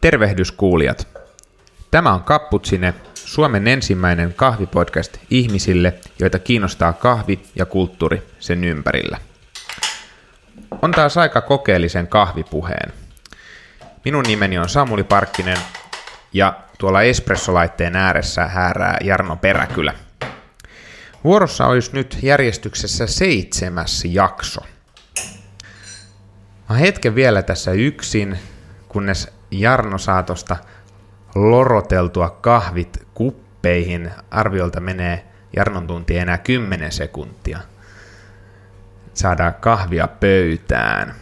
Tervehdys kuulijat. Tämä on Cappuccine, Suomen ensimmäinen kahvipodcast ihmisille, joita kiinnostaa kahvi ja kulttuuri sen ympärillä. On taas aika kokeellisen kahvipuheen. Minun nimeni on Samuli Parkkinen ja tuolla espressolaitteen ääressä häärää Jarno Peräkylä. Vuorossa olisi nyt järjestyksessä 7. jakso. Mä hetken vielä tässä yksin, kunnes Jarno saa tosta loroteltua kahvit kuppeihin. Arviolta menee Jarnon tunti enää 10 sekuntia. Saadaan kahvia pöytään.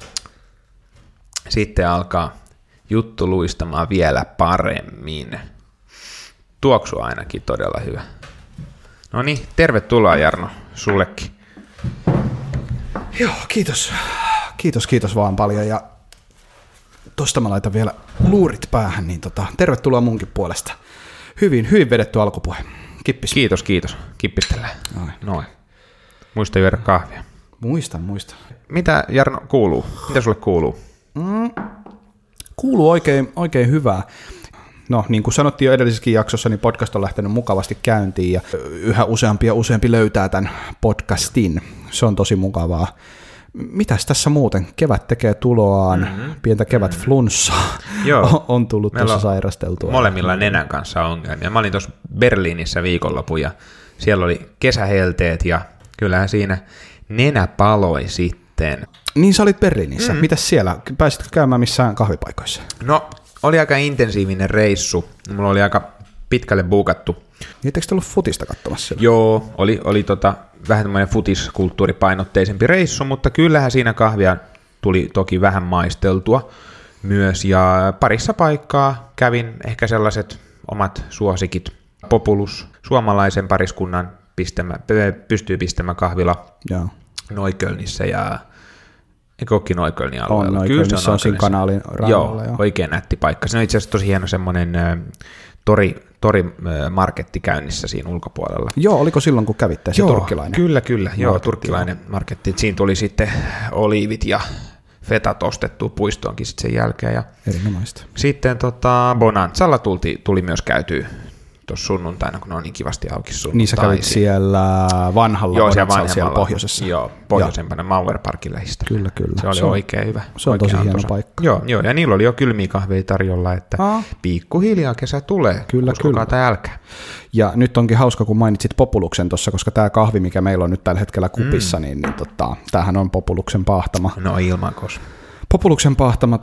Sitten alkaa juttu luistamaan vielä paremmin. Tuoksu ainakin todella hyvä. No niin, tervetuloa Jarno, sullekin. Joo, kiitos. Kiitos vaan paljon. Ja tosta mä laitan vielä luurit päähän, niin tervetuloa munkin puolesta. Hyvin vedetty alkupuhe. Kippis. Kiitos. Kippistellään. Noin. Muista juoda kahvia. Muistan. Mitä Jarno kuuluu? Mitä sulle kuuluu? Kuuluu oikein hyvää. No, niin kuin sanottiin jo edellisessäkin jaksossa, niin podcast on lähtenyt mukavasti käyntiin ja yhä useampi löytää tämän podcastin. Se on tosi mukavaa. Mitäs tässä muuten? Kevät tekee tuloaan, pientä kevätflunssaa on tullut tuossa sairasteltua. Molemmilla nenän kanssa ongelmia. Mä olin tuossa Berliinissä viikonlopun ja siellä oli kesähelteet ja kyllähän siinä nenä paloi sitten. Niin sä olit Berliinissä. Mitäs siellä? Pääsitkö käymään missään kahvipaikoissa? No, oli aika intensiivinen reissu. Mulla oli aika pitkälle buukattu. Etteikö te ollut futista katsomassa siellä? Joo, oli vähän tämmöinen futiskulttuuripainotteisempi reissu, mutta kyllähän siinä kahvia tuli toki vähän maisteltua myös, ja parissa paikkaa kävin ehkä sellaiset omat suosikit. Populus, suomalaisen pariskunnan pystyy pistämään kahvila Neuköllnissä ja eikö olekin Neuköllnin alueella? On Neuköllnissä, on siinä kanaalin rannalla. Joo, oikein nätti paikka. Se on itse asiassa tosi hieno semmoinen torimarketti käynnissä siinä ulkopuolella. Joo, oliko silloin kun kävitte se turkkilainen? Kyllä, turkkilainen marketti. Siinä tuli sitten oliivit ja fetat ostettua puistoonkin sitten sen jälkeen. Ja erinomaista. sitten Bonanzalla tuli myös käytyä tuossa sunnuntaina, kun ne on niin kivasti auki sunnuntai. Niin sä kävit siellä vanhalla siellä pohjoisessa. Joo, pohjoisempana Mauerparkin lähistä. Kyllä. Se oli oikein hyvä. Se on tosi hieno paikka. Joo, ja niillä oli jo kylmiä kahveja tarjolla, että pikkuhiljaa kesä tulee. Uskokaa tai älkää. Ja nyt onkin hauska, kun mainitsit Populuksen tuossa, koska tämä kahvi, mikä meillä on nyt tällä hetkellä kupissa, niin tämähän on Populuksen paahtama. No ilmankos. Populuksen paahtama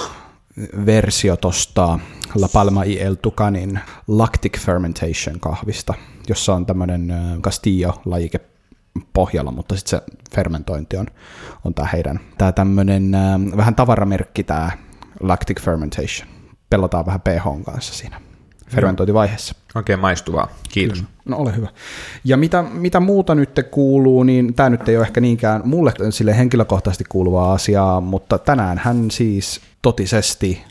versio tuosta La Palma y el Tucanin lactic fermentation kahvista, jossa on tämmöinen Castillo-lajike pohjalla, mutta sitten se fermentointi on tämä heidän. Tämä tämmöinen vähän tavaramerkki, tämä lactic fermentation. Pelotaan vähän pH:n kanssa siinä fermentointivaiheessa. Oikein maistuvaa. Kiitos. No ole hyvä. Ja mitä muuta nyt kuuluu, niin tämä nyt ei ole ehkä niinkään mulle sille henkilökohtaisesti kuuluvaa asiaa, mutta tänään hän siis totisesti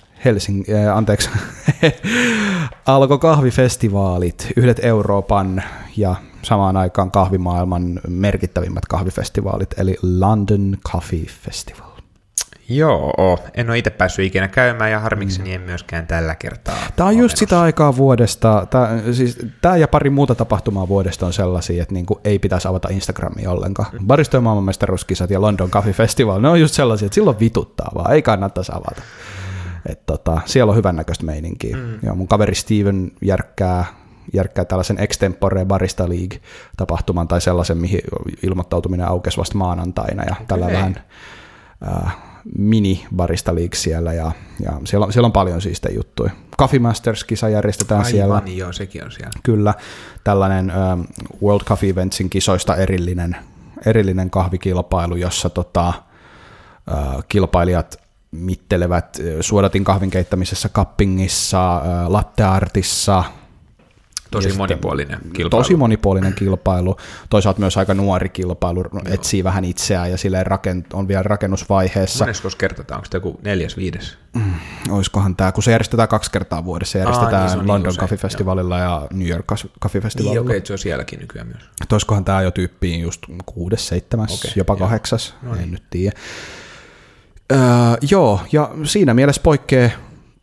alkoi kahvifestivaalit, yhdet Euroopan ja samaan aikaan kahvimaailman merkittävimmät kahvifestivaalit, eli London Coffee Festival. Joo, en ole itse päässyt ikinä käymään ja harmikseni en myöskään tällä kertaa. Tämä on just sitä aikaa vuodesta, tämä ja pari muuta tapahtumaa vuodesta on sellaisia, että niinku ei pitäisi avata Instagramia ollenkaan. Baristojen maailmanmestaruuskisat ja London Coffee Festival, ne on just sellaisia, että silloin vituttaa vaan, ei kannattaisi avata. Siellä on hyvännäköistä meininkiä. Ja mun kaveri Steven järkkää tällaisen Extempore Barista League-tapahtuman tai sellaisen, mihin ilmoittautuminen aukesi vasta maanantaina ja tällä vähän mini-Barista League siellä ja siellä on paljon siistejä juttuja. Coffee Masters-kisa järjestetään siellä. Aivan, joo, sekin on siellä. Kyllä, tällainen World Coffee Eventsin kisoista erillinen kahvikilpailu, jossa kilpailijat mittelevät suodatin kahvin keittämisessä, cuppingissa, latte artissa. Tosi monipuolinen kilpailu. Tosi monipuolinen kilpailu. Toisaalta myös aika nuori kilpailu, etsii vähän itseään ja silleen on vielä rakennusvaiheessa. Monesko kertaa? Onko se joku 4.5? Olisikohan tämä, kun se järjestetään 2 kertaa vuodessa. Järjestetään London Coffee Festivalilla ja New York Coffee Festivalilla. Okei, se on sielläkin nykyään myös. Olisikohan tämä jo tyyppiin just 6., 7., jopa 8. En nyt tiedä. Joo, ja siinä mielessä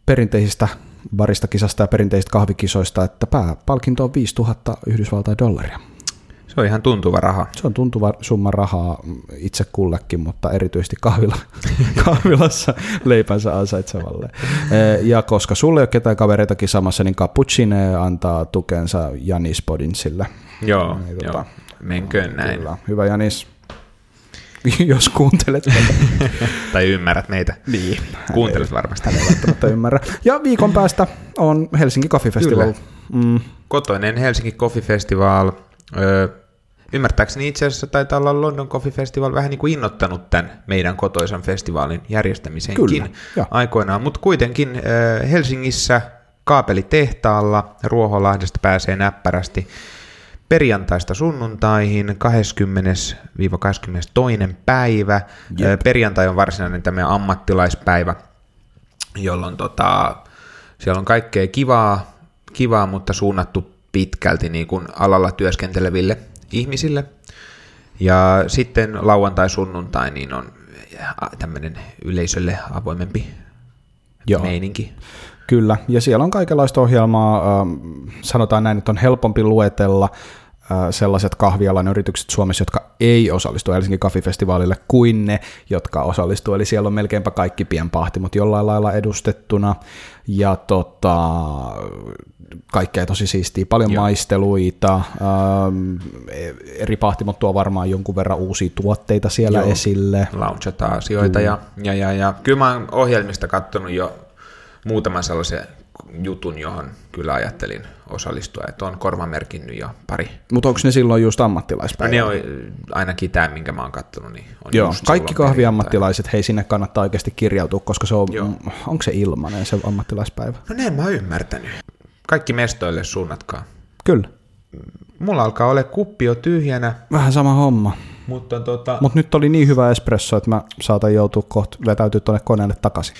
perinteisistä baristakisasta ja perinteisistä kahvikisoista, että pääpalkinto on $5,000. Se on ihan tuntuva raha. Se on tuntuva summa rahaa itse kullekin, mutta erityisesti kahvilassa leipänsä ansaitsevalle. Ja koska sulle ei ole ketään kavereitakin samassa, niin Cappuccine antaa tukensa Janis Podinsille. Joo, joo. Menköön näin. Kyllä. Hyvä Janis, jos kuuntelet tätä. Tai ymmärrät meitä. Niin. Kuuntelet varmasti. Hän ei välttämättä ymmärrä. Ja viikon päästä on Helsinki Coffee Festival. Kotoinen Helsinki Coffee Festival. Ymmärtääkseni itse asiassa taitaa olla London Coffee Festival vähän niin kuin innoittanut tämän meidän kotoisan festivaalin järjestämisenkin aikoinaan, mutta kuitenkin Helsingissä kaapelitehtaalla Ruoholahdesta pääsee näppärästi perjantaista sunnuntaihin 20-22. päivä. Jep. Perjantai on varsinainen tämä ammattilaispäivä, jolloin siellä on kaikkea kivaa, mutta suunnattu pitkälti niin kuin alalla työskenteleville ihmisille. Ja sitten lauantai-sunnuntai niin on tämmöinen yleisölle avoimempi meininki. Kyllä, ja siellä on kaikenlaista ohjelmaa, sanotaan näin, että on helpompi luetella sellaiset kahvialan yritykset Suomessa, jotka ei osallistu Helsingin Coffee-festivaalille kuin ne, jotka osallistuu, eli siellä on melkeinpä kaikki pienpahtimot jollain lailla edustettuna, ja kaikkea tosi siistiä, paljon maisteluita, eri pahtimot tuo varmaan jonkun verran uusia tuotteita siellä esille. Launchataan asioita, ja kyllä mä oon ohjelmista katsonut jo muutaman sellaisen jutun, johon kyllä ajattelin osallistua, että on korvamerkinnyt jo pari. Mutta onko ne silloin just ammattilaispäivä? Ne on ainakin tämä, minkä mä oon katsonut. Niin on kaikki kahviammattilaiset, hei sinne kannattaa oikeasti kirjautua, koska se on, onko se ilmainen se ammattilaispäivä? No näin mä oon ymmärtänyt. Kaikki mestoille suunnatkaa. Kyllä. Mulla alkaa olla kuppi jo tyhjänä. Vähän sama homma. Mutta nyt oli niin hyvä espresso, että mä saatan joutua kohta vetäytyä tuonne koneelle takaisin.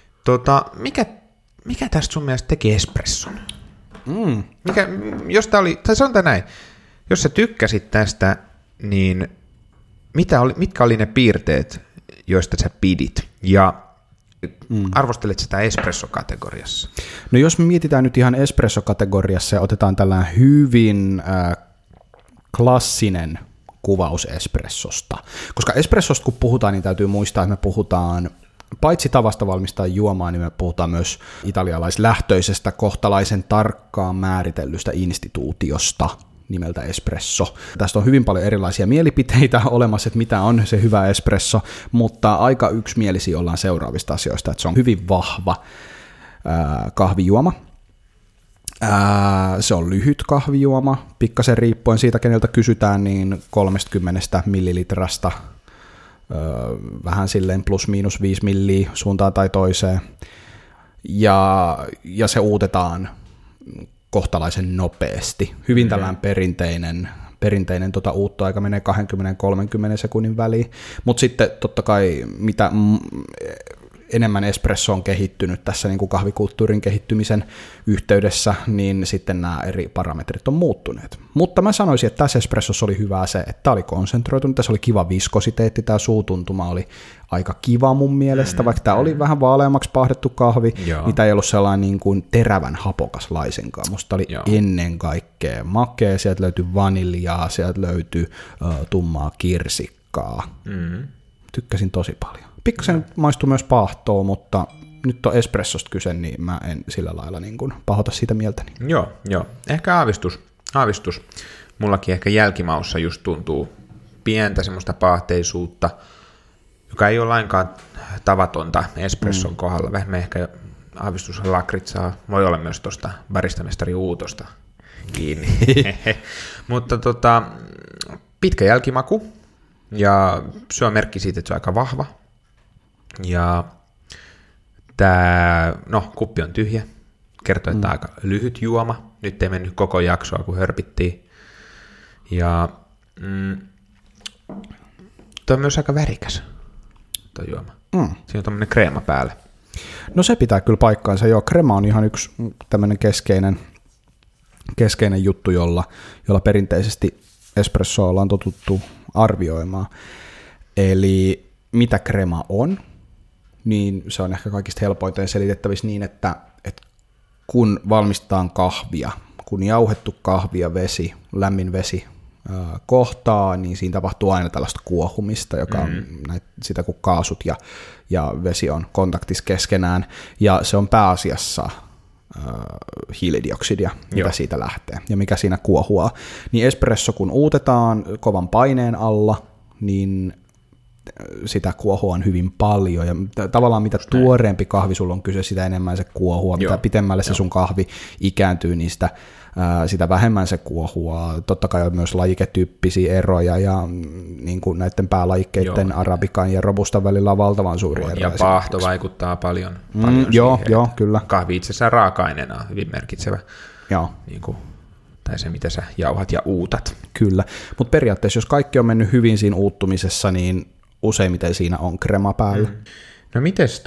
Mikä tästä sun mielestä teki espresson? Jos tää oli, tai sanotaan näin, jos sä tykkäsit tästä, niin mitkä oli ne piirteet, joista sä pidit? Ja arvostelet sitä espresso-kategoriassa? No jos me mietitään nyt ihan espresso-kategoriassa ja otetaan tällainen hyvin klassinen kuvaus espressosta. Koska espressosta kun puhutaan, niin täytyy muistaa, että me puhutaan paitsi tavasta valmistaa juomaa, niin me puhutaan myös italialaislähtöisestä kohtalaisen tarkkaan määritellystä instituutiosta nimeltä espresso. Tästä on hyvin paljon erilaisia mielipiteitä olemassa, että mitä on se hyvä espresso, mutta aika yksimielisiä ollaan seuraavista asioista, että se on hyvin vahva kahvijuoma. Se on lyhyt kahvijuoma, pikkasen riippuen siitä, keneltä kysytään, niin 30 millilitrasta vähän silleen plus miinus 5 milliä suuntaan tai toiseen, ja se uutetaan kohtalaisen nopeasti. Hyvin tällainen perinteinen uuttoaika menee 20-30 sekunnin väliin, mutta sitten totta kai mitä enemmän espresso on kehittynyt tässä niin kuin kahvikulttuurin kehittymisen yhteydessä, niin sitten nämä eri parametrit on muuttuneet. Mutta mä sanoisin, että tässä espressossa oli hyvää se, että tämä oli konsentroitunut, tässä oli kiva viskositeetti, tämä suutuntuma oli aika kiva mun mielestä, vaikka tämä oli vähän vaaleammaksi pahdettu kahvi, niin tämä ei ollut sellainen niin kuin terävän hapokas laisinkaan. Musta oli ennen kaikkea makea, sieltä löytyi vaniljaa, sieltä löytyi tummaa kirsikkaa. Tykkäsin tosi paljon. Pikkasen maistuu myös pahtoa, mutta nyt on espressosta kyse, niin mä en sillä lailla niin kuin pahota siitä mieltäni. Joo. Ehkä aavistus. Mullakin ehkä jälkimaussa just tuntuu pientä semmoista pahteisuutta, joka ei ole lainkaan tavatonta espresson kohdalla. Vähemmän ehkä aavistus lakritsaa. Voi olla myös tuosta baristamestari Uutosta kiinni. Mutta pitkä jälkimaku, ja se on merkki siitä, että se on aika vahva. Ja tämä, kuppi on tyhjä, kertoo, että aika lyhyt juoma. Nyt ei mennyt koko jaksoa, kun hörpittiin. Ja tuo on myös aika värikäs, tuo juoma. Siinä on tämmöinen kreema päällä. No se pitää kyllä paikkaansa. Joo, krema on ihan yksi tämmöinen keskeinen juttu, jolla perinteisesti espressoa ollaan totuttu arvioimaan. Eli mitä krema on? niin se on ehkä kaikista helpoiten selitettävissä niin, että kun valmistetaan kahvia, kun jauhettu kahvi ja vesi, lämmin vesi kohtaa, niin siinä tapahtuu aina tällaista kuohumista, joka on sitä, kun kaasut ja vesi on kontaktissa keskenään, ja se on pääasiassa hiilidioksidia, mitä siitä lähtee, ja mikä siinä kuohuaa. Niin espresso, kun uutetaan kovan paineen alla, niin sitä kuohua on hyvin paljon, ja tavallaan mitä tuoreempi kahvi sulla on kyse, sitä enemmän se kuohua, mitä pitemmälle se sun kahvi ikääntyy, niin sitä vähemmän se kuohua. Totta kai on myös lajiketyyppisiä eroja, ja niin kuin näiden päälajikkeiden arabikan ja robustan välillä on valtavan suuri ero. Ja paahto vaikuttaa paljon joo, kyllä. Kahvi itsessään raaka-aineena on hyvin merkitsevä. Niin kuin, tai se, mitä sä jauhat ja uutat. Kyllä, mutta periaatteessa, jos kaikki on mennyt hyvin siinä uuttumisessa, niin useimmiten siinä on krema päällä. No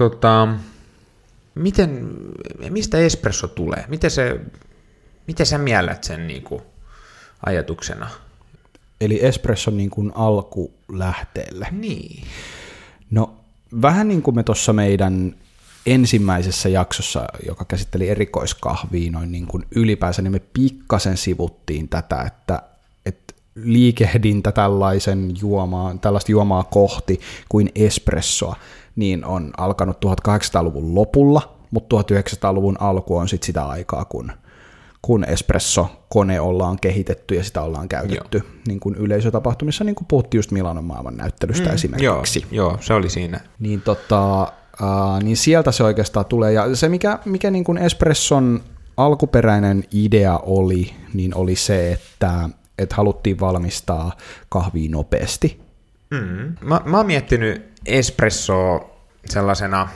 mistä espresso tulee? Miten sä miellät sen niin kuin ajatuksena? Eli espresson niin kuin alkulähteelle. Niin. No vähän niin kuin me tuossa meidän ensimmäisessä jaksossa, joka käsitteli erikoiskahvia noin niin kuin ylipäänsä, niin me pikkasen sivuttiin tätä, että liikehdintä tällaista juomaa kohti kuin espressoa, niin on alkanut 1800-luvun lopulla, mutta 1900-luvun alku on sitten sitä aikaa, kun espresso-kone ollaan kehitetty ja sitä ollaan käytetty niin kuin yleisötapahtumissa, niin kuin puhuttiin just Milanon maailmannäyttelystä esimerkiksi. Joo, se oli siinä. Niin, niin sieltä se oikeastaan tulee, ja se mikä niin kuin espresson alkuperäinen idea oli, niin oli se, että haluttiin valmistaa kahvia nopeasti. Mä oon miettinyt espressoa sellaisena,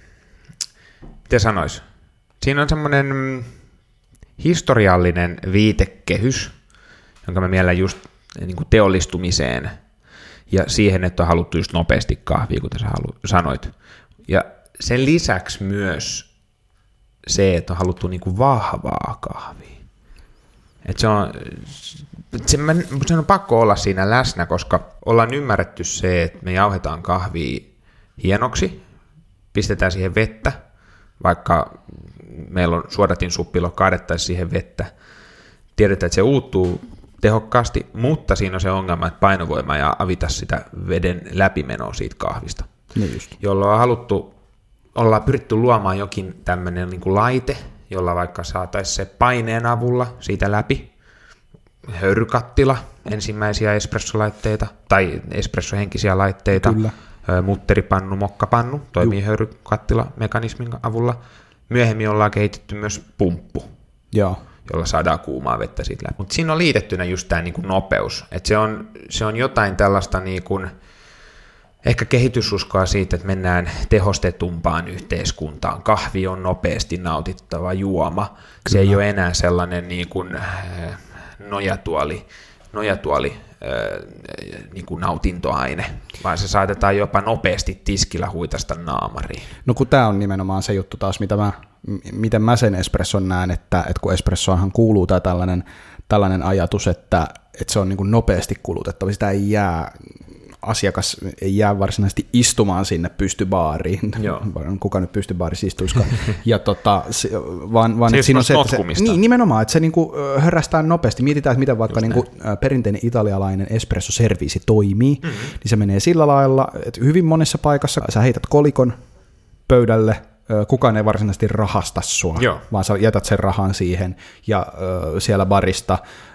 miten sanois, siinä on semmoinen historiallinen viitekehys, jonka mä miellän just niin kuin teollistumiseen ja siihen, että on haluttu just nopeasti kahvia, kuten sä sanoit. Ja sen lisäksi myös se, että on haluttu niin kuin vahvaa kahvia. Että se on pakko olla siinä läsnä, koska ollaan ymmärretty se, että me jauhetaan kahvia hienoksi, pistetään siihen vettä, vaikka meillä on suodatinsuppilo, kaadettaisiin siihen vettä. Tiedetään, että se uuttuu tehokkaasti, mutta siinä on se ongelma, että painovoima ja avita sitä veden läpimenoa siitä kahvista. Jolloin ollaan pyritty luomaan jokin tämmöinen niin kuin laite, jolla vaikka saataisiin se paineen avulla siitä läpi. Höyrykattila, ensimmäisiä espressolaitteita, tai espressohenkisiä laitteita. Kyllä. Mutteripannu, mokkapannu, toimii höyrykattila-mekanismin avulla. Myöhemmin ollaan kehitetty myös pumppu, jolla saadaan kuumaa vettä siitä läpi. Mutta siinä on liitettynä just tämä niinku nopeus. Et se on jotain tällaista niinku, ehkä kehitysuskoa siitä, että mennään tehostetumpaan yhteiskuntaan. Kahvi on nopeasti nautittava juoma. Kyllä. Se ei ole enää sellainen niinku, nojatuoli niin kuin nautintoaine, vaan se saatetaan jopa nopeasti tiskillä huitasta naamariin. No kun tämä on nimenomaan se juttu taas, miten mä sen espresson näen, että kun espressoonhan kuuluu tämä tällainen ajatus, että se on niin kuin nopeasti kulutettava, sitä asiakas ei jää varsinaisesti istumaan sinne pystybaariin, kuka nyt pystybaarissa istuisikaan, ja vaan että siinä on se, että nimenomaan, että se niinku hörästää nopeasti. Mietitään, että miten vaikka niinku perinteinen italialainen espresso-serviisi toimii, niin se menee sillä lailla, että hyvin monessa paikassa sä heität kolikon pöydälle, kukaan ei varsinaisesti rahasta sua, vaan sä jätät sen rahan siihen, ja siellä barista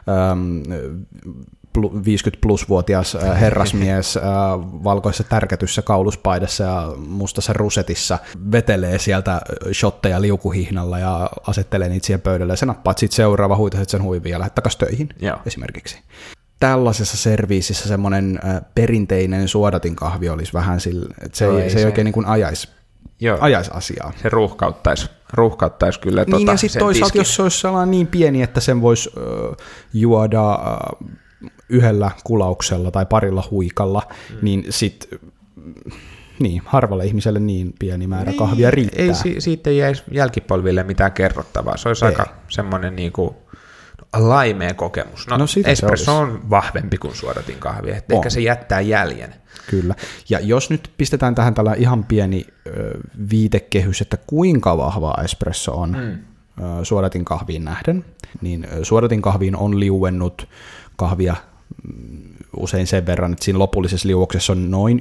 50-plus-vuotias herrasmies valkoisessa tärkätyssä kauluspaidassa ja mustassa rusetissa vetelee sieltä shotteja liukuhihnalla ja asettelee niitä siihen pöydälle, ja sä nappaat sitten seuraava, huitaset sen huivin ja lähdet takaisin töihin esimerkiksi. Tällaisessa serviisissä semmoinen perinteinen suodatinkahvi olisi vähän sillä, että se ei oikein niin kuin ajaisi asiaa. Se ruuhkauttaisi kyllä niin, ja sitten toisaalta, jos se olisi sellainen niin pieni, että sen voisi juoda yhdellä kulauksella tai parilla huikalla, niin sitten harvalle ihmiselle niin pieni määrä kahvia riittää. Ei siitä ei jäisi jälkipolville mitään kerrottavaa. Se olisi aika semmoinen laimea kokemus. No espresso on vahvempi kuin suodatinkahvi, että ehkä se jättää jäljen. Kyllä. Ja jos nyt pistetään tähän tällä ihan pieni viitekehys, että kuinka vahvaa espresso on suodatinkahviin nähden, niin suodatinkahviin on liuennut kahvia usein sen verran, että siinä lopullisessa liuoksessa on noin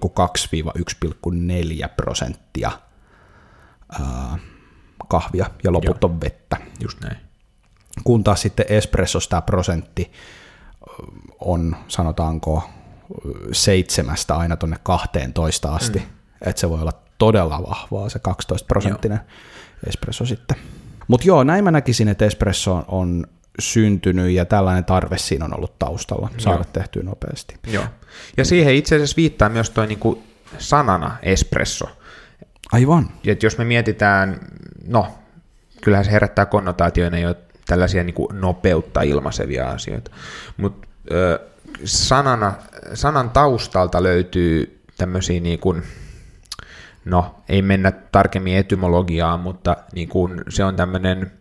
1,2-1,4% kahvia ja loput on vettä. Just näin. Kun taas sitten espressossa tämä prosentti on, sanotaanko, 7 aina tuonne 12 asti, että se voi olla todella vahvaa se 12% espresso sitten. Mutta joo, näin mä näkisin, että espresso on syntynyt ja tällainen tarve siinä on ollut taustalla saada tehtyä nopeasti. Joo. Ja siihen itse asiassa viittaa myös toi niinku sanana espresso. Aivan. Et jos me mietitään, kyllähän se herättää konnotaatioina jo tällaisia niinku nopeutta ilmaisevia asioita, mutta sanan taustalta löytyy tämmöisiä, ei mennä tarkemmin etymologiaan, mutta se on tämmöinen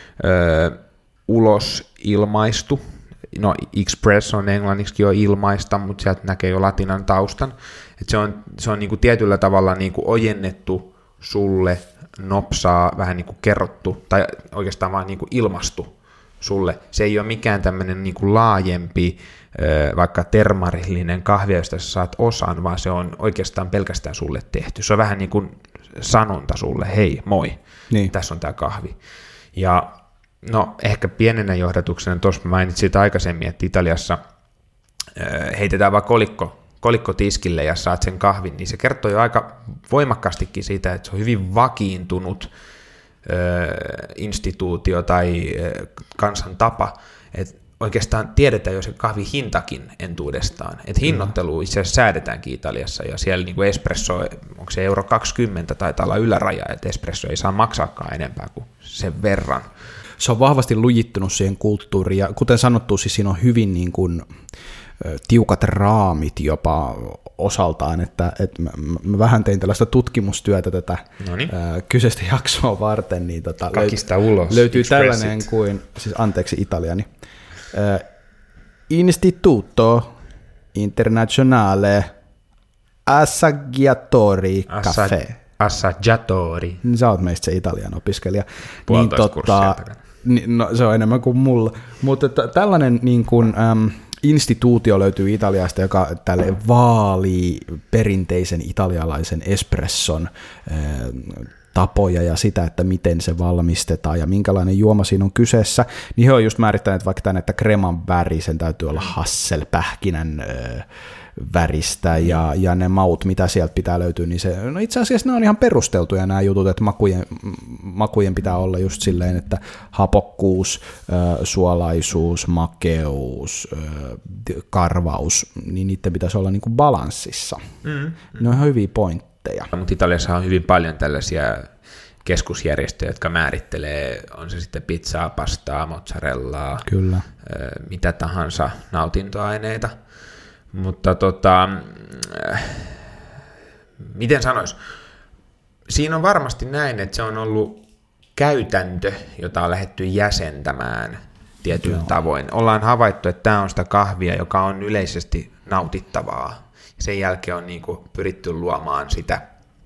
ulosilmaistu, express on englanniksi jo ilmaista, mutta sieltä näkee jo latinan taustan, että se on tietyllä tavalla ojennettu sulle, nopsaa, vähän kerrottu, tai oikeastaan vaan ilmastu sulle. Se ei ole mikään tämmöinen laajempi, vaikka termarillinen kahvi, josta sä saat osan, vaan se on oikeastaan pelkästään sulle tehty. Se on vähän niin kuin sanonta sulle, hei, moi, tässä on tämä kahvi. Ja ehkä pienenä johdatuksena, tuossa mainitsin aikaisemmin, että Italiassa heitetään vaan kolikko tiskille ja saat sen kahvin, niin se kertoo jo aika voimakkaastikin siitä, että se on hyvin vakiintunut instituutio tai kansan tapa, että oikeastaan tiedetään jo se kahvin hintakin entuudestaan, että hinnoittelu itse asiassa säädetäänkin Italiassa, ja siellä niin kuin espresso, onko se €20 taitaa olla yläraja, että espresso ei saa maksaakaan enempää kuin sen verran. Se on vahvasti lujittunut siihen kulttuuriin, ja kuten sanottu, siis siinä on hyvin niin kuin tiukat raamit jopa osaltaan, että mä vähän tein tällaista tutkimustyötä tätä kyseistä jaksoa varten, niin löytyy tällainen kuin, siis anteeksi italiani, Istituto Internazionale Assaggiatori Caffè. Assaggiatori. Sä oot meistä se Italian opiskelija. Se on enemmän kuin mulla. Mutta tällainen niin kuin, instituutio löytyy Italiasta, joka tälle vaalii perinteisen italialaisen espresson tapoja ja sitä, että miten se valmistetaan ja minkälainen juoma siinä on kyseessä, niin he on just määrittäneet vaikka tämän, että kreman väri, sen täytyy olla hasselpähkinän väristä ja ne maut, mitä sieltä pitää löytyä, niin se, itse asiassa nämä on ihan perusteltuja nämä jutut, että makujen pitää olla just silleen, että hapokkuus, suolaisuus, makeus, karvaus, niin niiden pitäisi olla niin kuin balanssissa. Ne on ihan hyviä pointteja. Mutta Italiassa on hyvin paljon tällaisia keskusjärjestöjä, jotka määrittelee, on se sitten pizzaa, pastaa, mozzarellaa, kyllä, mitä tahansa nautintoaineita. Mutta miten sanois? Siinä on varmasti näin, että se on ollut käytäntö, jota on lähdetty jäsentämään tietyllä tavoin. Ollaan havaittu, että tämä on sitä kahvia, joka on yleisesti nautittavaa. Sen jälkeen on niin kuin pyritty luomaan sitä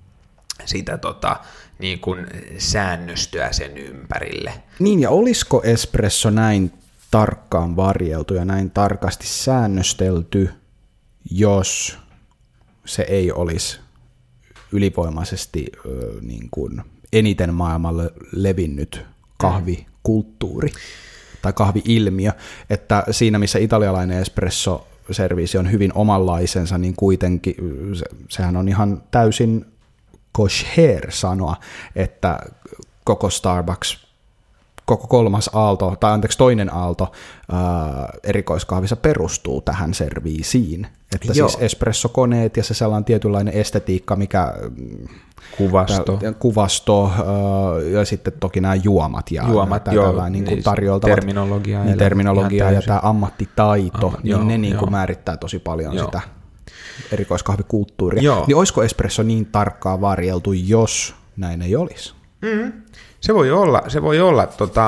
niin kuin säännöstöä sen ympärille. Niin, ja olisiko espresso näin tarkkaan varjeltu ja näin tarkasti säännöstelty, jos se ei olisi ylivoimaisesti niin kuin eniten maailmalle levinnyt kahvikulttuuri tai kahvi-ilmiö, että siinä missä italialainen espresso-serviisi on hyvin omanlaisensa, niin kuitenkin sehän on ihan täysin kosher sanoa, että koko Starbucks, koko toinen aalto erikoiskahvissa perustuu tähän serviisiin. Että siis espressokoneet ja se sellainen tietynlainen estetiikka, mikä kuvasto ja sitten toki nämä juomat niin kuin tarjoltavat terminologia ja tämä ammattitaito, niin ne niin kuin määrittää tosi paljon sitä erikoiskahvikulttuuria. Niin olisiko espresso niin tarkkaan varjeltu, jos näin ei olisi? Se voi olla.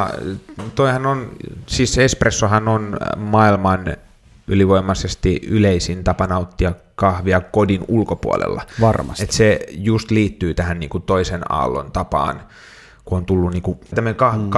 Toihan on, siis espressohan on maailman ylivoimaisesti yleisin tapa nauttia kahvia kodin ulkopuolella. Varmasti. Et se just liittyy tähän niin kuin toisen aallon tapaan, kun on tullut niin kuin tämmöinen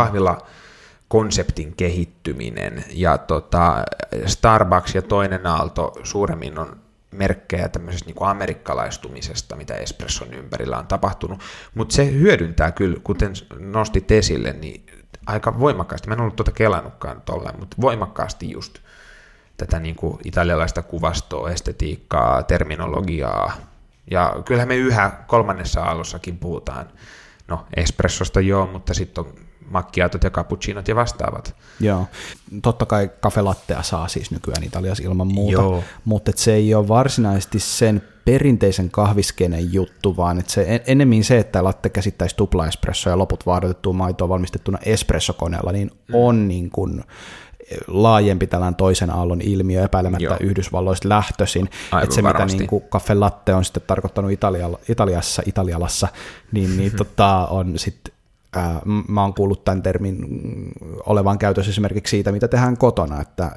kahvila-konseptin kehittyminen, ja Starbucks ja toinen aalto suuremmin on merkkejä tämmöisestä niin kuin amerikkalaistumisesta, mitä espresson ympärillä on tapahtunut, mutta se hyödyntää kyllä, kuten nostit esille, niin aika voimakkaasti, mä en ollut kelannutkaan tolleen, mutta voimakkaasti just tätä niin kuin italialaista kuvastoa, estetiikkaa, terminologiaa, ja kyllähän me yhä kolmannessa aallossakin puhutaan, no espressosta joo, mutta sitten on macchiatot ja cappuccinot ja vastaavat. Joo, totta kai cafe lattea saa siis nykyään Italiassa ilman muuta, mutta se ei ole varsinaisesti sen perinteisen kahviskenen juttu, vaan että se ennemmin se, että latte käsittäisi tupla espresso ja loput vaadotettua maitoa valmistettuna espressokoneella, niin on niin kuin laajempi tällainen toisen aallon ilmiö, epäilemättä Yhdysvalloista lähtöisin, että se mitä niin kuin cafe latte on sitten tarkoittanut Italialassa, niin on sitten mä oon kuullut tämän termin olevan käytössä esimerkiksi siitä, mitä tehdään kotona, että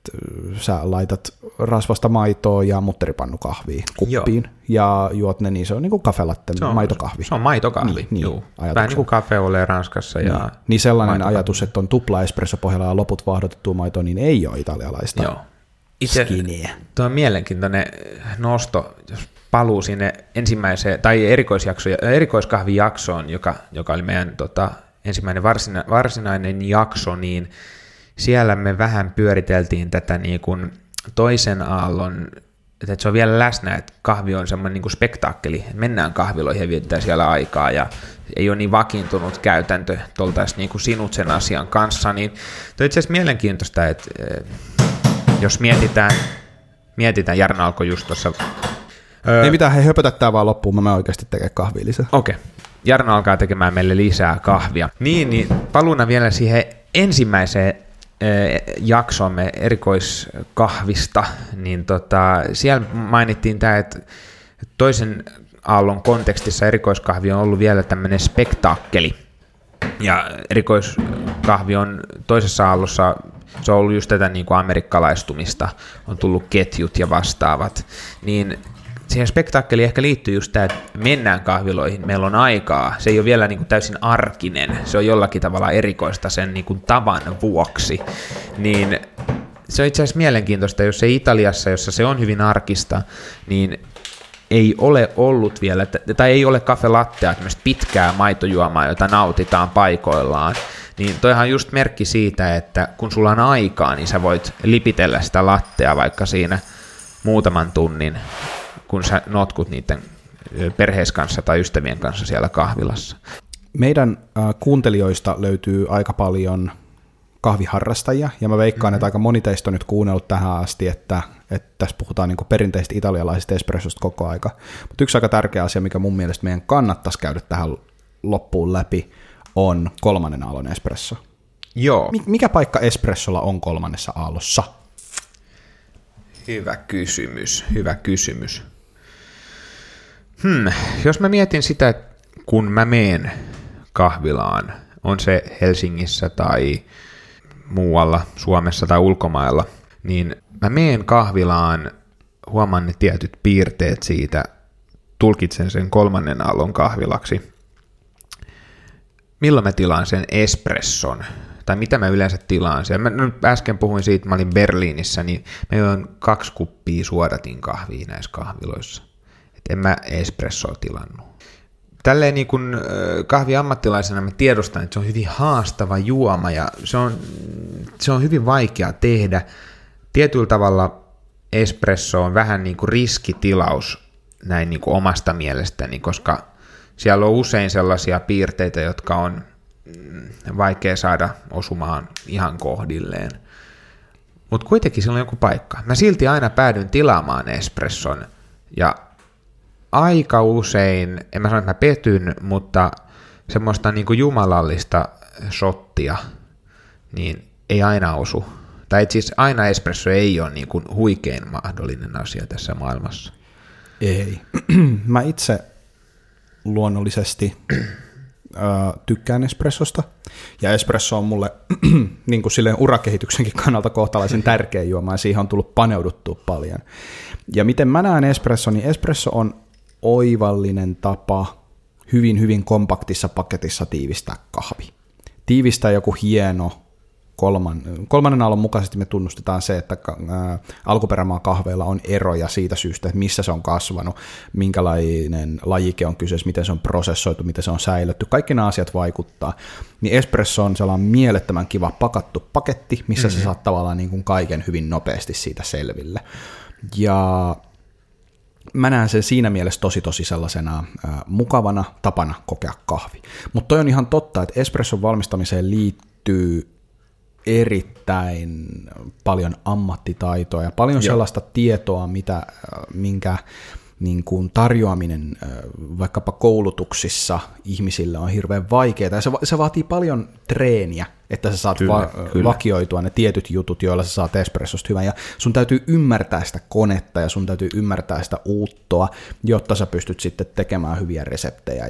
sä laitat rasvasta maitoa ja mutteripannukahvia kuppiin ja juot ne, niin se on niin kuin cafe latte, maitokahvi. Se on maitokahvi, vähän niin kuin cafe au lait Ranskassa. Niin sellainen ajatus, että on tupla espresso pohjalla ja loput vahdotettua maitoa, niin ei ole italialaista skiniä. Tuo on mielenkiintoinen nosto, jos paluu sinne ensimmäiseen, tai erikoiskahvijaksoon, joka oli meidän ensimmäinen varsinainen jakso, niin siellä me vähän pyöriteltiin tätä niin kuin toisen aallon, että se on vielä läsnä, että kahvi on semmoinen niin kuin spektaakkeli, mennään kahviloihin ja vietetään siellä aikaa, ja ei ole niin vakiintunut käytäntö tuoltaisi niin kuin sinut sen asian kanssa, niin tuo itse asiassa mielenkiintoista, että jos mietitään, Jarno alkoi just tuossa. Ei mitään, he höpötättää vaan loppuun, mä oikeasti tekemään kahvia lisää. Okei. Jarno alkaa tekemään meille lisää kahvia. Niin paluuna vielä siihen ensimmäiseen jaksomme erikoiskahvista, niin siellä mainittiin tämä, että toisen aallon kontekstissa erikoiskahvi on ollut vielä tämmöinen spektaakkeli. Ja erikoiskahvi on toisessa aallossa, se on ollut just tätä niin kuin amerikkalaistumista, on tullut ketjut ja vastaavat, niin siihen spektaakkeliin ehkä liittyy just tämä, että mennään kahviloihin, meillä on aikaa, se ei ole vielä niin kuin täysin arkinen, se on jollakin tavalla erikoista sen niin kuin tavan vuoksi, niin se on itse asiassa mielenkiintoista, jos se Italiassa, jossa se on hyvin arkista, niin ei ole ollut vielä, tai ei ole cafe lattea, tämmöistä pitkää maitojuomaa, jota nautitaan paikoillaan, niin toihan on just merkki siitä, että kun sulla on aikaa, niin sä voit lipitellä sitä lattea vaikka siinä muutaman tunnin, kun sä notkut niiden perhees kanssa tai ystävien kanssa siellä kahvilassa. Meidän kuuntelijoista löytyy aika paljon kahviharrastajia, ja mä veikkaan, että aika moni teistä on nyt kuunnellut tähän asti, että tässä puhutaan niin kuin perinteisesti italialaisista espressosta koko aika. Mutta yksi aika tärkeä asia, mikä mun mielestä meidän kannattaisi käydä tähän loppuun läpi, on kolmannen aallon espresso. Joo. Mikä paikka espressolla on kolmannessa aallossa? Hyvä kysymys. Jos mä mietin sitä, että kun mä meen kahvilaan, on se Helsingissä tai muualla, Suomessa tai ulkomailla, niin mä meen kahvilaan, huomaan ne tietyt piirteet siitä, tulkitsen sen kolmannen aallon kahvilaksi. Milloin mä tilaan sen espresson? Tai mitä mä yleensä tilaan siellä? Mä nyt äsken puhuin siitä, mä olin Berliinissä, niin meillä on 2 kuppia suodatinkahvia näissä kahviloissa. Et en mä espressoa tilannut. Tälleen niin kuin kahviammattilaisena mä tiedostan, että se on hyvin haastava juoma ja se on hyvin vaikea tehdä. Tietyllä tavalla espresso on vähän niin kuin riskitilaus näin niin kuin omasta mielestäni, koska siellä on usein sellaisia piirteitä, jotka on vaikea saada osumaan ihan kohdilleen. Mutta kuitenkin sillä on joku paikka. Mä silti aina päädyn tilaamaan espresson ja aika usein, en mä sano, että mä petyn, mutta semmoista niin kuin jumalallista shottia, niin ei aina osu. Tai siis aina espresso ei ole niin kuin huikein mahdollinen asia tässä maailmassa. Ei. Mä itse luonnollisesti tykkään espressosta, ja espresso on mulle niin kuin silleen urakehityksenkin kannalta kohtalaisen tärkeä juoma, ja siihen on tullut paneuduttua paljon. Ja miten mä näen espresso, niin espresso on oivallinen tapa hyvin, hyvin kompaktissa paketissa tiivistää kahvi. Tiivistää joku hieno kolmannen aallon mukaisesti me tunnustetaan se, että alkuperämaa kahveilla on eroja siitä syystä, että missä se on kasvanut, minkälainen lajike on kyseessä, miten se on prosessoitu, miten se on säilytty. Kaikki nämä asiat vaikuttaa. Niin espresso on sellainen mielettömän kiva pakattu paketti, missä sä saat tavallaan niin kuin kaiken hyvin nopeasti siitä selville. Ja mä näen sen siinä mielessä tosi sellaisena mukavana tapana kokea kahvi. Mutta toi on ihan totta, että espresson valmistamiseen liittyy erittäin paljon ammattitaitoa ja paljon sellaista tietoa, minkä niin kuin tarjoaminen vaikkapa koulutuksissa ihmisille on hirveän vaikeaa. Ja se vaatii paljon treeniä, että sä saat vakioitua ne tietyt jutut, joilla sä saat espressosta hyvän. Ja sun täytyy ymmärtää sitä konetta ja sun täytyy ymmärtää sitä uuttoa, jotta sä pystyt sitten tekemään hyviä reseptejä.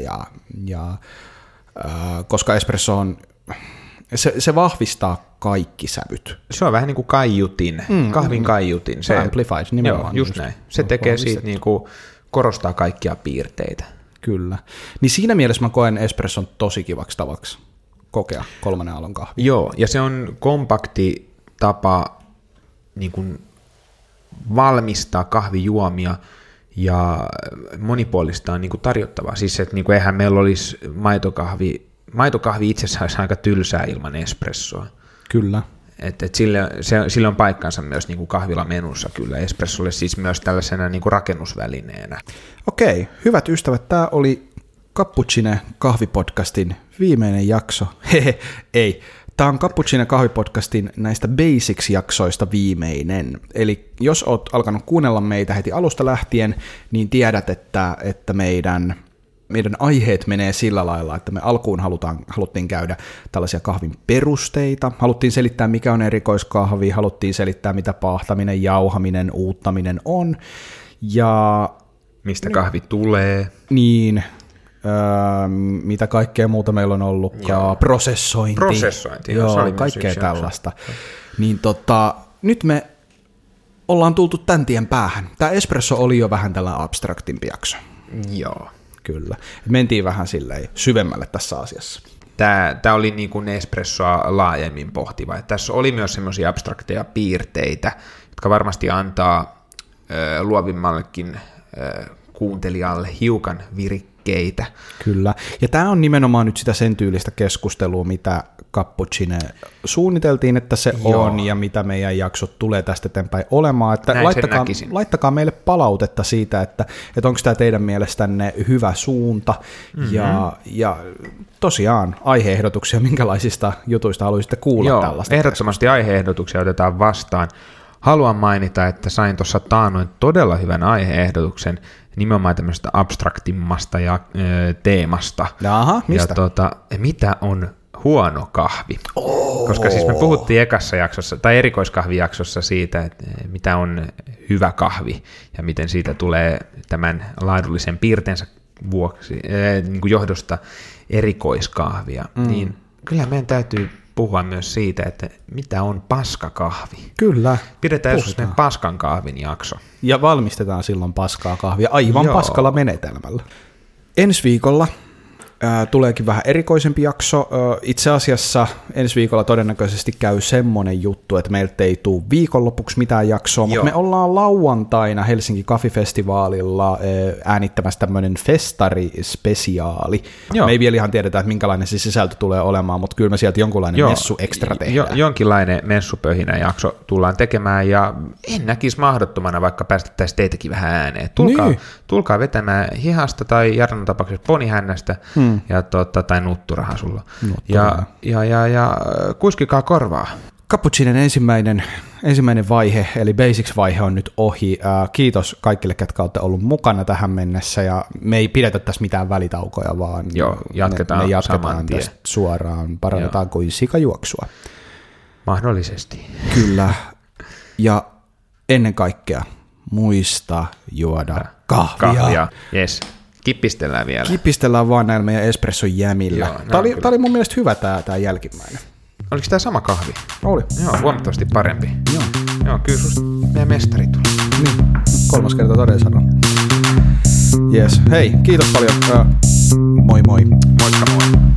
Koska espresso on... Se vahvistaa kaikki sävyt. Se on vähän niin kuin kaiutin, kahvin kaiutin. Se amplified nimenomaan. Joo, just näin. Se tekee siitä, niin kuin, korostaa kaikkia piirteitä. Kyllä. Niin siinä mielessä mä koen espresson tosi kivaksi tavaksi kokea kolmannen aallon kahvi. Joo, ja se on kompakti tapa niin kuin valmistaa kahvijuomia ja monipuolistaa niin kuin tarjottavaa. Siis että niin kuin eihän meillä olisi maitokahvi itsessään olisi aika tylsää ilman espressoa. Kyllä. Sillä on paikkansa myös niin kuin kahvilamenussa kyllä espressolle, siis myös tällaisena niin kuin rakennusvälineenä. Okei, hyvät ystävät, tämä oli Cappuccine kahvipodcastin viimeinen jakso. Ei. Tämä on Cappuccine kahvipodcastin näistä Basics-jaksoista viimeinen. Eli jos oot alkanut kuunnella meitä heti alusta lähtien, niin tiedät, että meidän aiheet menee sillä lailla, että me alkuun haluttiin käydä tällaisia kahvin perusteita, haluttiin selittää, mikä on erikoiskahvi, haluttiin selittää, mitä paahtaminen, jauhaminen, uuttaminen on, ja... Mistä kahvi tulee. Niin, mitä kaikkea muuta meillä on ollutkaan, prosessointi. Prosessointi, joo, kaikkea tällaista. Niin nyt me ollaan tultu tämän tien päähän. Tämä espresso oli jo vähän tällainen abstraktimpi jakso. Joo. Kyllä. Mentiin vähän silleen syvemmälle tässä asiassa. Tämä oli niin kuin espressoa laajemmin pohtiva. Tässä oli myös semmoisia abstrakteja piirteitä, jotka varmasti antaa luovimmallekin kuuntelijalle hiukan virikkeitä. Kyllä. Ja tämä on nimenomaan nyt sitä sen tyylistä keskustelua, mitä Cappuccine suunniteltiin, että se on, ja mitä meidän jaksot tulee tästä eteenpäin olemaan. Että laittakaa meille palautetta siitä, että onko tämä teidän mielestänne hyvä suunta, ja tosiaan aihe-ehdotuksia, minkälaisista jutuista haluaisitte kuulla tällaista. Ehdottomasti aihe-ehdotuksia otetaan vastaan. Haluan mainita, että sain tuossa taannoin todella hyvän aihe-ehdotuksen nimenomaan tämmöisestä abstraktimmasta teemasta. Jaha, mistä? Ja mitä on huono kahvi? Koska siis me puhuttiin ekassa jaksossa, tai erikoiskahvijaksossa siitä, että mitä on hyvä kahvi, ja miten siitä tulee tämän laadullisen piirteensä vuoksi, niin kuin johdosta erikoiskahvia. Niin kyllä meidän täytyy puhua myös siitä, että mitä on paskakahvi. Kyllä. Pidetään joskus paskan kahvin jakso. Ja valmistetaan silloin paskaa kahvia aivan paskalla menetelmällä. Ensi viikolla tuleekin vähän erikoisempi jakso. Itse asiassa ensi viikolla todennäköisesti käy semmoinen juttu, että meiltä ei tule viikonlopuksi mitään jaksoa, mutta me ollaan lauantaina Helsinki Kahvifestivaalilla äänittämässä tämmöinen festarispesiaali. Me ei vielä ihan tiedetä, että minkälainen se sisältö tulee olemaan, mutta kyllä me sieltä jonkunlainen messu ekstra tehdään. Jonkinlainen messupöhinä jakso tullaan tekemään, ja en näkisi mahdottomana, vaikka päästettäisiin teitäkin vähän ääneen. Tulkaa vetämään hihasta tai Jarnon tapauksessa ponihännästä, tai nutturahasulla. Ja kuiskikaa korvaa. Cappuccinen ensimmäinen vaihe, eli Basics-vaihe on nyt ohi. Kiitos kaikille, ketkä olette ollut mukana tähän mennessä, ja me ei pidetä tässä mitään välitaukoja, vaan jatketaan saman tien. Tästä suoraan, parannetaan kuin sikajuoksua. Mahdollisesti. Kyllä, ja ennen kaikkea muista juoda kahvia. Yes. Kippistellään vielä. Kipistellään vaan näillä meidän espresson jämillä. Joo, Tää oli mun mielestä hyvä tää jälkimmäinen. Oliko tää sama kahvi? Oli. Joo, huomattavasti parempi. Joo. Joo, kyllä susta meidän mestari tuli. Niin, 3. kerta todella sanon. Yes. Hei, kiitos paljon. Moi moi. Moikka moi.